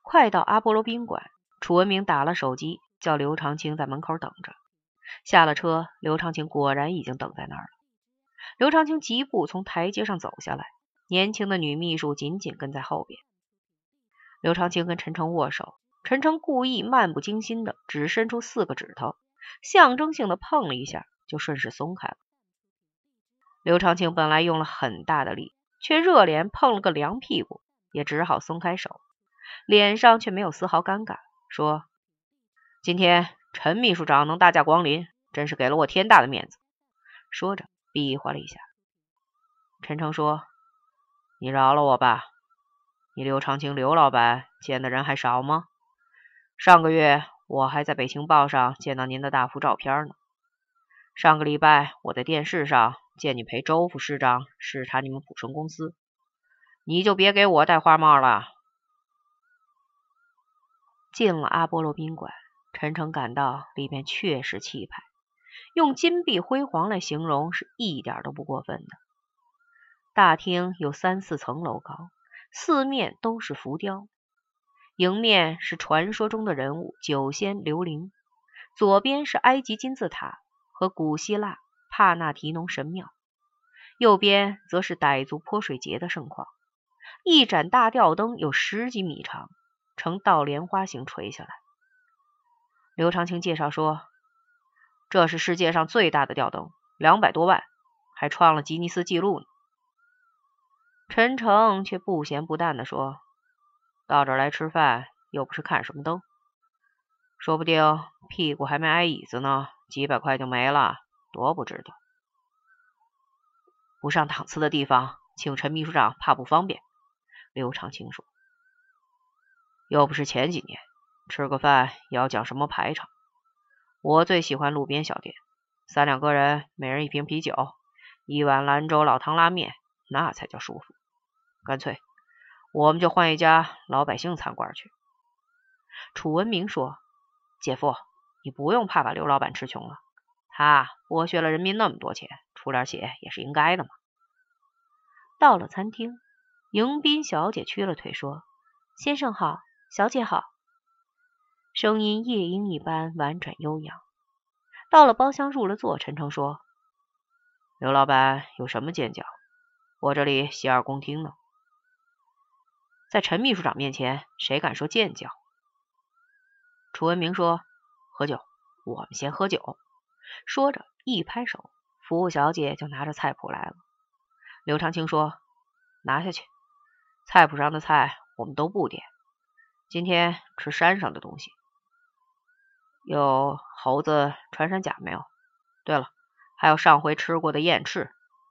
快到阿波罗宾馆，楚文明打了手机，叫刘长青在门口等着。下了车，刘长青果然已经等在那儿了。刘长青疾步从台阶上走下来，年轻的女秘书紧紧跟在后边。刘长青跟陈诚握手，陈诚故意漫不经心的只伸出4个指头，象征性的碰了一下，就顺势松开了。刘长青本来用了很大的力，却热脸碰了个凉屁股，也只好松开手，脸上却没有丝毫尴尬，说：今天陈秘书长能大驾光临，真是给了我天大的面子。说着比划了一下。陈诚说：你饶了我吧，你刘长青刘老板见的人还少吗？上个月我还在北青报上见到您的大幅照片呢。上个礼拜我在电视上见你陪周副市长视察你们普顺公司，你就别给我戴花帽了。进了阿波罗宾馆，陈诚感到里面确实气派，用金碧辉煌来形容是一点都不过分的。大厅有3、4层楼高，四面都是浮雕。迎面是传说中的人物酒仙刘伶，左边是埃及金字塔和古希腊帕纳提农神庙，右边则是傣族泼水节的盛况。一盏大吊灯有10几米长，呈倒莲花形垂下来。刘长青介绍说，这是世界上最大的吊灯，200多万，还创了吉尼斯纪录呢。陈诚却不咸不淡地说，到这儿来吃饭又不是看什么灯，说不定屁股还没挨椅子呢，几百块就没了，多不值得。不上档次的地方请陈秘书长怕不方便，刘长青说。又不是前几年，吃个饭也要讲什么排场。我最喜欢路边小店，3两个人每人1瓶啤酒，1碗兰州老汤拉面，那才叫舒服。干脆我们就换一家老百姓餐馆去。楚文明说，姐夫，你不用怕把刘老板吃穷了，他剥削了人民那么多钱，出点血也是应该的嘛。到了餐厅，迎宾小姐屈了腿说，先生好，小姐好，声音夜莺一般婉转悠扬。到了包厢入了座，陈诚说，刘老板有什么见教？我这里洗耳恭听呢。在陈秘书长面前，谁敢说见教？楚文明说，喝酒，我们先喝酒。说着一拍手，服务小姐就拿着菜谱来了。刘长青说，拿下去，菜谱上的菜我们都不点，今天吃山上的东西。有猴子穿山甲没有？对了，还有上回吃过的燕翅。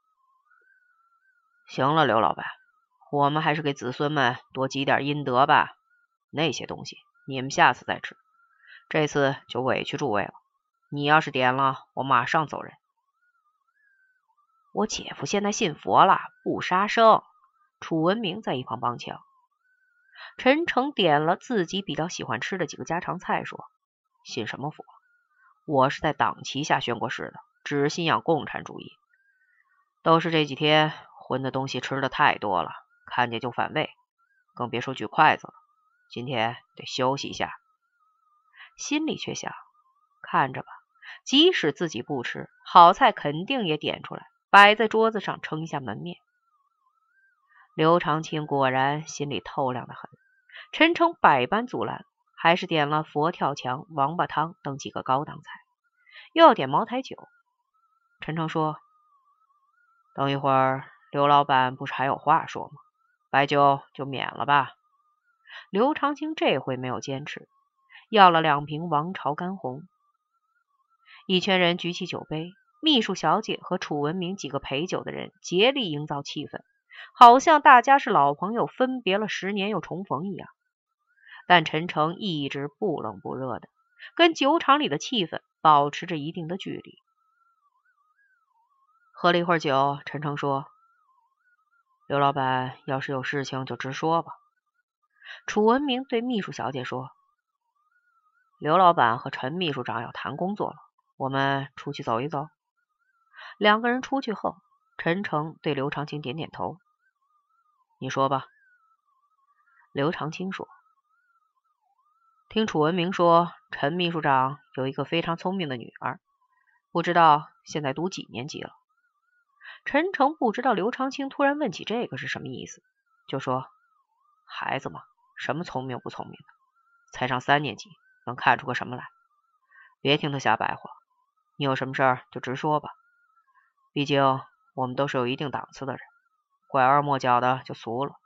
行了，刘老板，我们还是给子孙们多积点阴德吧，那些东西你们下次再吃，这次就委屈诸位了。你要是点了，我马上走人。我姐夫现在信佛了，不杀生。楚文明在一旁帮腔。陈诚点了自己比较喜欢吃的几个家常菜，说，信什么佛？我是在党旗下宣过誓的，只信仰共产主义。都是这几天荤的东西吃的太多了，看见就反胃，更别说举筷子了。今天得休息一下。心里却想，看着吧，即使自己不吃，好菜肯定也点出来，摆在桌子上撑一下门面。刘长青果然心里透亮的很，陈诚百般阻拦，还是点了佛跳墙、王八汤等几个高档菜，又要点茅台酒。陈诚说，等一会儿刘老板不是还有话说吗？白酒就免了吧。刘长青这回没有坚持，要了2瓶王朝干红。一圈人举起酒杯，秘书小姐和楚文明几个陪酒的人竭力营造气氛，好像大家是老朋友分别了10年又重逢一样。但陈诚一直不冷不热的，跟酒场里的气氛保持着一定的距离。喝了一会儿酒，陈诚说，刘老板要是有事情就直说吧。楚文明对秘书小姐说，刘老板和陈秘书长要谈工作了，我们出去走一走。2个人出去后，陈诚对刘长青点点头，你说吧。刘长青说， 听楚文明说，陈秘书长有一个非常聪明的女儿，不知道现在读几年级了。陈诚不知道刘长卿突然问起这个是什么意思，就说：孩子嘛，什么聪明不聪明的，才上3年级，能看出个什么来？别听他瞎白话，你有什么事儿就直说吧。毕竟我们都是有一定档次的人，拐弯抹角的就俗了。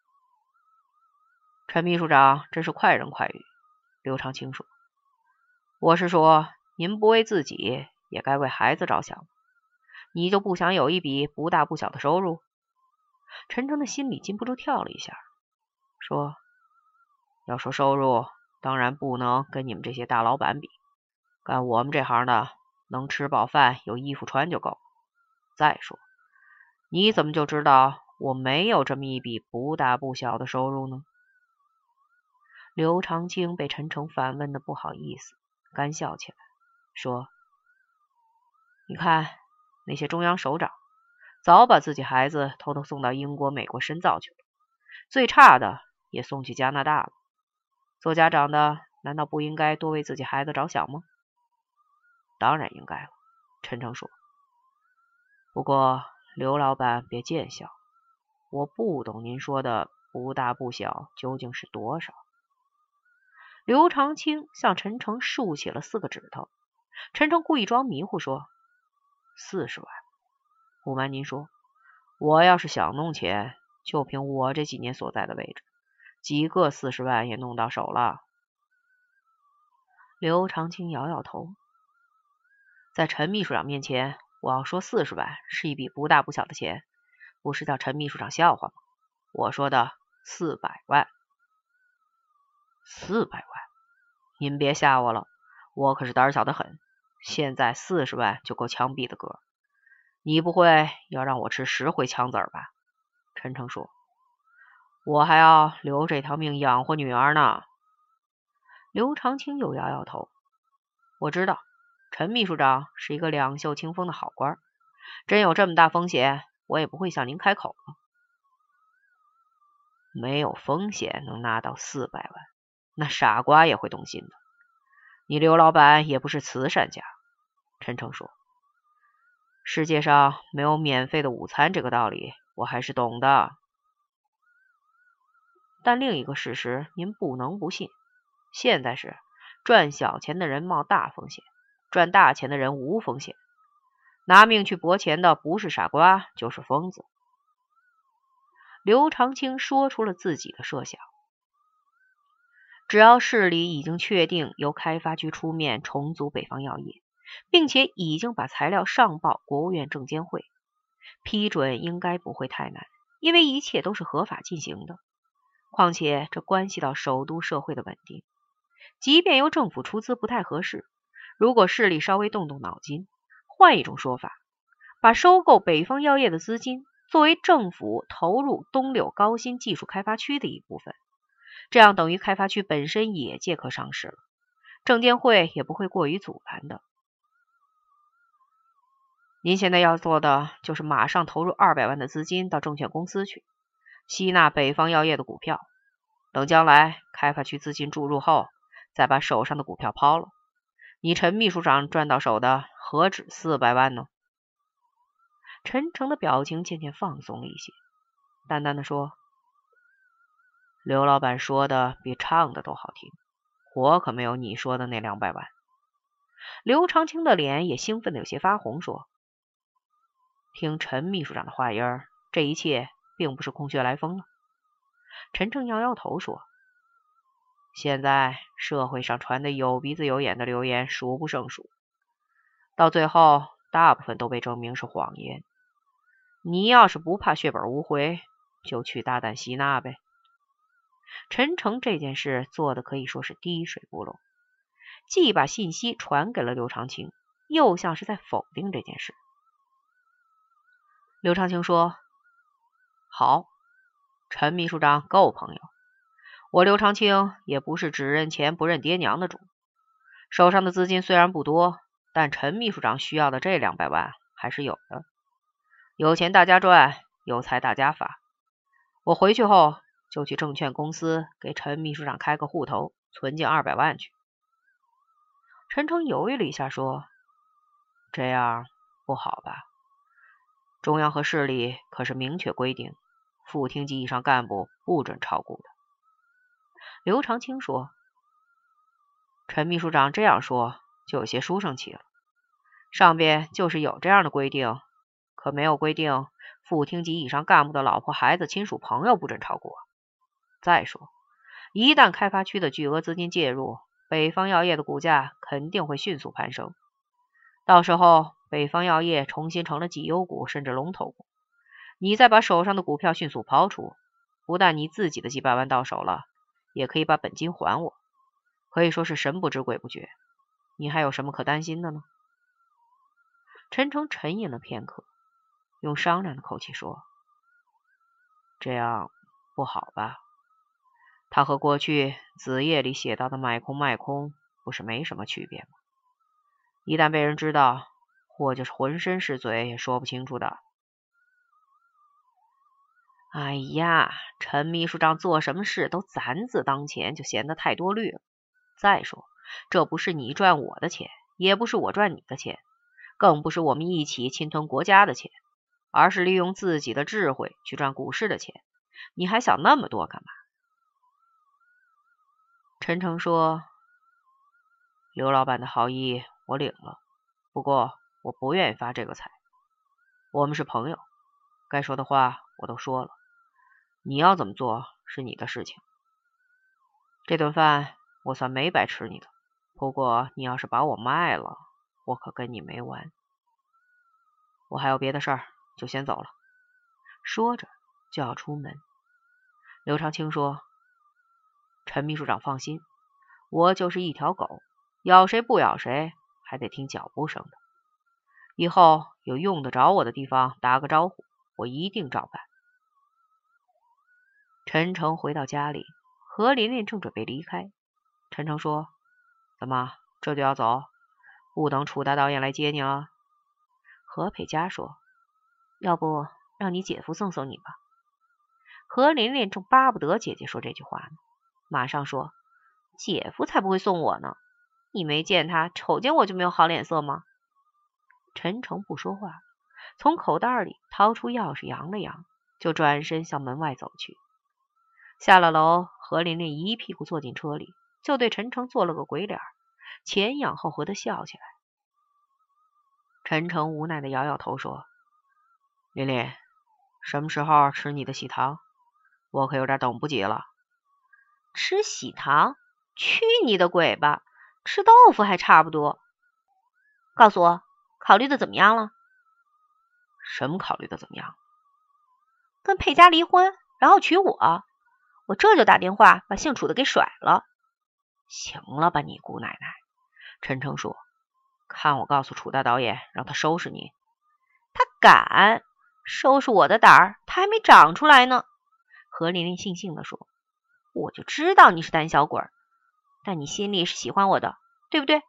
陈秘书长真是快人快语。刘长卿说：我是说，您不为自己，也该为孩子着想。你就不想有一笔不大不小的收入？陈诚的心里禁不住跳了一下，说：要说收入，当然不能跟你们这些大老板比，干我们这行的，能吃饱饭有衣服穿就够。再说，你怎么就知道我没有这么一笔不大不小的收入呢？刘长卿被陈诚反问的不好意思，干笑起来，说：你看那些中央首长，早把自己孩子偷偷送到英国、美国深造去了，最差的也送去加拿大了。做家长的难道不应该多为自己孩子着想吗？当然应该了，陈诚说。不过刘老板别见笑，我不懂您说的不大不小究竟是多少。刘长卿向陈诚竖起了4个指头。陈诚故意装迷糊说：40万。不瞒您说，我要是想弄钱，就凭我这几年所在的位置，几个40万也弄到手了。刘长卿摇摇头，在陈秘书长面前，我要说40万是一笔不大不小的钱，不是叫陈秘书长笑话吗？我说的400万。400万？您别吓我了，我可是胆小的很，现在40万就够枪毙的个。你不会要让我吃10回枪子儿吧？陈诚说。我还要留这条命养活女儿呢。刘长卿又摇摇头。我知道陈秘书长是一个两袖清风的好官，真有这么大风险，我也不会向您开口了。没有风险能拿到400万，那傻瓜也会动心的。你刘老板也不是慈善家。陈诚说。世界上没有免费的午餐这个道理，我还是懂的。但另一个事实您不能不信，现在是赚小钱的人冒大风险，赚大钱的人无风险。拿命去搏钱的不是傻瓜就是疯子。刘长卿说出了自己的设想，只要市里已经确定由开发区出面重组北方药业，并且已经把材料上报国务院证监会，批准应该不会太难，因为一切都是合法进行的。况且这关系到首都社会的稳定，即便由政府出资不太合适，如果市里稍微动动脑筋，换一种说法，把收购北方药业的资金作为政府投入东柳高新技术开发区的一部分，这样等于开发区本身也借壳上市了，证监会也不会过于阻拦的。您现在要做的就是马上投入200万的资金到证券公司去，吸纳北方药业的股票，等将来开发区资金注入后，再把手上的股票抛了，你陈秘书长赚到手的何止400万呢？陈诚的表情渐渐放松了一些，淡淡的说：刘老板说的比唱的都好听，我可没有你说的那200万。刘长卿的脸也兴奋的有些发红，说：听陈秘书长的话音儿，这一切并不是空穴来风了。陈诚摇摇头说：现在社会上传的有鼻子有眼的流言数不胜数，到最后大部分都被证明是谎言。你要是不怕血本无回，就去大胆吸纳呗。陈诚这件事做的可以说是滴水不漏，既把信息传给了刘长卿，又像是在否定这件事。刘长卿说：好，陈秘书长够朋友，我刘长卿也不是只认钱不认爹娘的主，手上的资金虽然不多，但陈秘书长需要的这200万还是有的。有钱大家赚，有财大家发。我回去后就去证券公司给陈秘书长开个户头， 存进200万去。陈诚犹豫了一下，说：“这样不好吧？中央和市里可是明确规定，副厅级以上干部不准炒股的。”刘长卿说：“陈秘书长这样说，就有些书生气了。上边就是有这样的规定，可没有规定副厅级以上干部的老婆、孩子、亲属、朋友不准炒股。再说，一旦开发区的巨额资金介入，北方药业的股价肯定会迅速攀升。到时候，北方药业重新成了绩优股，甚至龙头股。你再把手上的股票迅速抛出，不但你自己的几百万到手了，也可以把本金还我，可以说是神不知鬼不觉。你还有什么可担心的呢？”陈诚沉吟了片刻，用商量的口气说：“这样不好吧？他和过去子夜里写到的买空卖空不是没什么区别吗？一旦被人知道，或就是浑身是嘴也说不清楚的。”哎呀，陈秘书长做什么事都咱字当前，就显得太多虑了。再说，这不是你赚我的钱，也不是我赚你的钱，更不是我们一起侵吞国家的钱，而是利用自己的智慧去赚股市的钱。你还想那么多干嘛？陈诚说：“刘老板的好意我领了，不过我不愿意发这个财。我们是朋友，该说的话我都说了，你要怎么做是你的事情。这顿饭我算没白吃你的，不过你要是把我卖了，我可跟你没完。我还有别的事儿，就先走了。”说着就要出门。刘长卿说：“陈秘书长放心，我就是一条狗，咬谁不咬谁，还得听脚步声的。以后有用得着我的地方打个招呼，我一定照办。”陈诚回到家里，何琳琳正准备离开。陈诚说：“怎么这就要走？不等楚大导演来接你了？”何佩佳说：“要不让你姐夫送送你吧。”何琳琳正巴不得姐姐说这句话呢，马上说：“姐夫才不会送我呢！你没见他，瞅见我就没有好脸色吗？”陈诚不说话，从口袋里掏出钥匙扬了扬，就转身向门外走去。下了楼，何琳琳一屁股坐进车里，就对陈诚做了个鬼脸，前仰后合的笑起来。陈诚无奈的摇摇头说：“琳琳，什么时候吃你的喜糖？我可有点等不及了。”“吃喜糖？去你的鬼吧！吃豆腐还差不多。告诉我，考虑的怎么样了？”“什么考虑的怎么样？”“跟佩佳离婚，然后娶我。我这就打电话把姓楚的给甩了。”“行了吧你姑奶奶！”陈诚说：“看我告诉楚大导演，让他收拾你。”“他敢收拾我的胆儿，他还没长出来呢。”何琳琳悻悻地说：“我就知道你是胆小鬼，但你心里是喜欢我的，对不对？”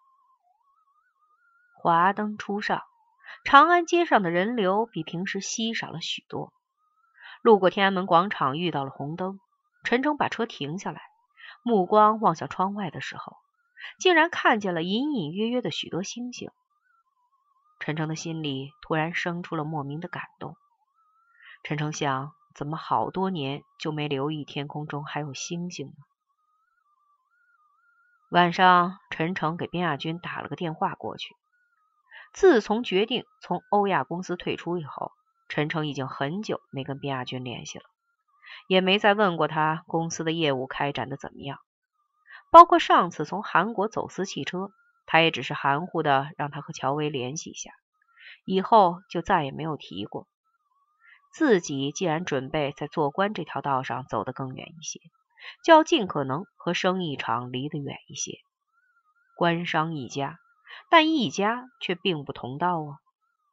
华灯初上，长安街上的人流比平时稀少了许多。路过天安门广场，遇到了红灯，陈诚把车停下来，目光望向窗外的时候，竟然看见了隐隐约约的许多星星。陈诚的心里突然生出了莫名的感动。陈诚想，怎么好多年就没留意天空中还有星星呢？晚上，陈诚给边亚军打了个电话过去。自从决定从欧亚公司退出以后，陈诚已经很久没跟边亚军联系了，也没再问过他公司的业务开展的怎么样。包括上次从韩国走私汽车，他也只是含糊的让他和乔薇联系一下，以后就再也没有提过。自己既然准备在做官这条道上走得更远一些，就要尽可能和生意场离得远一些。官商一家，但一家却并不同道啊。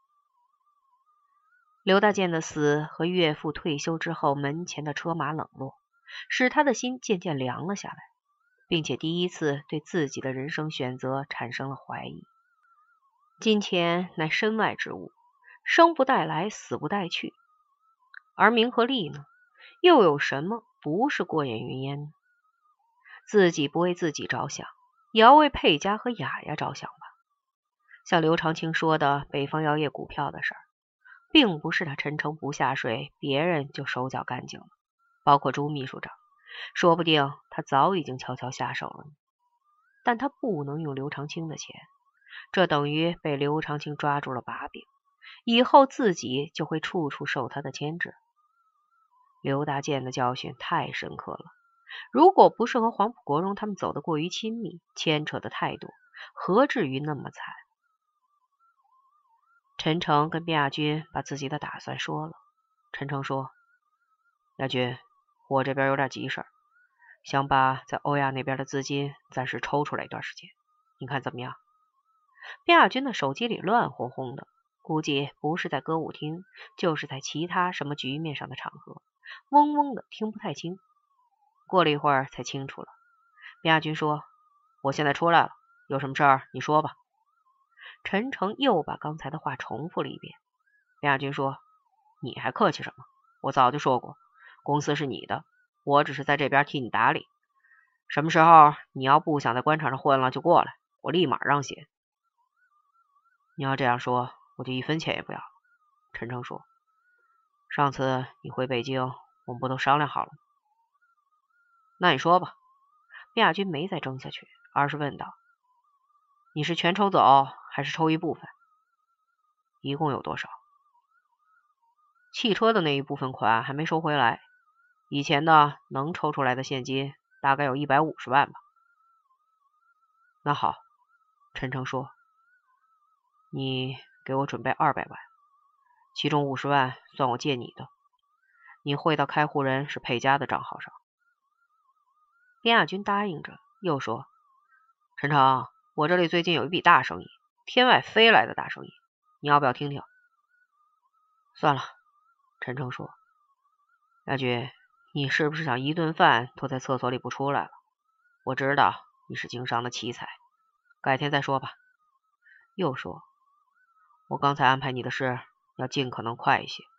刘大健的死和岳父退休之后门前的车马冷落，使他的心渐渐凉了下来，并且第一次对自己的人生选择产生了怀疑。金钱乃身外之物，生不带来，死不带去，而名和利呢，又有什么不是过眼云烟呢？ 自己不为自己着想，也要为佩佳和雅雅着想吧。像刘长青说的北方药业股票的事儿，并不是他陈诚不下水，别人就手脚干净了。包括朱秘书长，说不定他早已经悄悄下手了呢。但他不能用刘长青的钱，这等于被刘长青抓住了把柄，以后自己就会处处受他的牵制。刘大健的教训太深刻了，如果不是和黄埔国荣他们走得过于亲密，牵扯的太多，何至于那么惨？陈诚跟卞亚军把自己的打算说了。陈诚说：亚军，我这边有点急事儿，想把在欧亚那边的资金暂时抽出来一段时间，你看怎么样？卞亚军的手机里乱哄哄的，估计不是在歌舞厅，就是在其他什么局面上的场合，嗡嗡的听不太清。过了一会儿才清楚了。卞亚军说：我现在出来了，有什么事儿你说吧。陈诚又把刚才的话重复了一遍。卞亚军说：你还客气什么？我早就说过，公司是你的，我只是在这边替你打理。什么时候你要不想在官场上混了，就过来，我立马让贤。你要这样说，我就1分钱也不要了。陈诚说：上次你回北京，我们不都商量好了吗？那你说吧。卞亚军没再争下去，而是问道：你是全抽走，还是抽一部分？一共有多少？汽车的那一部分款还没收回来，以前呢能抽出来的现金大概有150万吧。那好，陈诚说，你给我准备200万，其中50万算我借你的，你汇到开户人是佩佳的账号上。卞亚军答应着，又说：陈诚，我这里最近有一笔大生意，天外飞来的大生意，你要不要听听？算了，陈诚说。亚军，你是不是想一顿饭都在厕所里不出来了？我知道你是经商的奇才，改天再说吧。又说，我刚才安排你的事要尽可能快一些，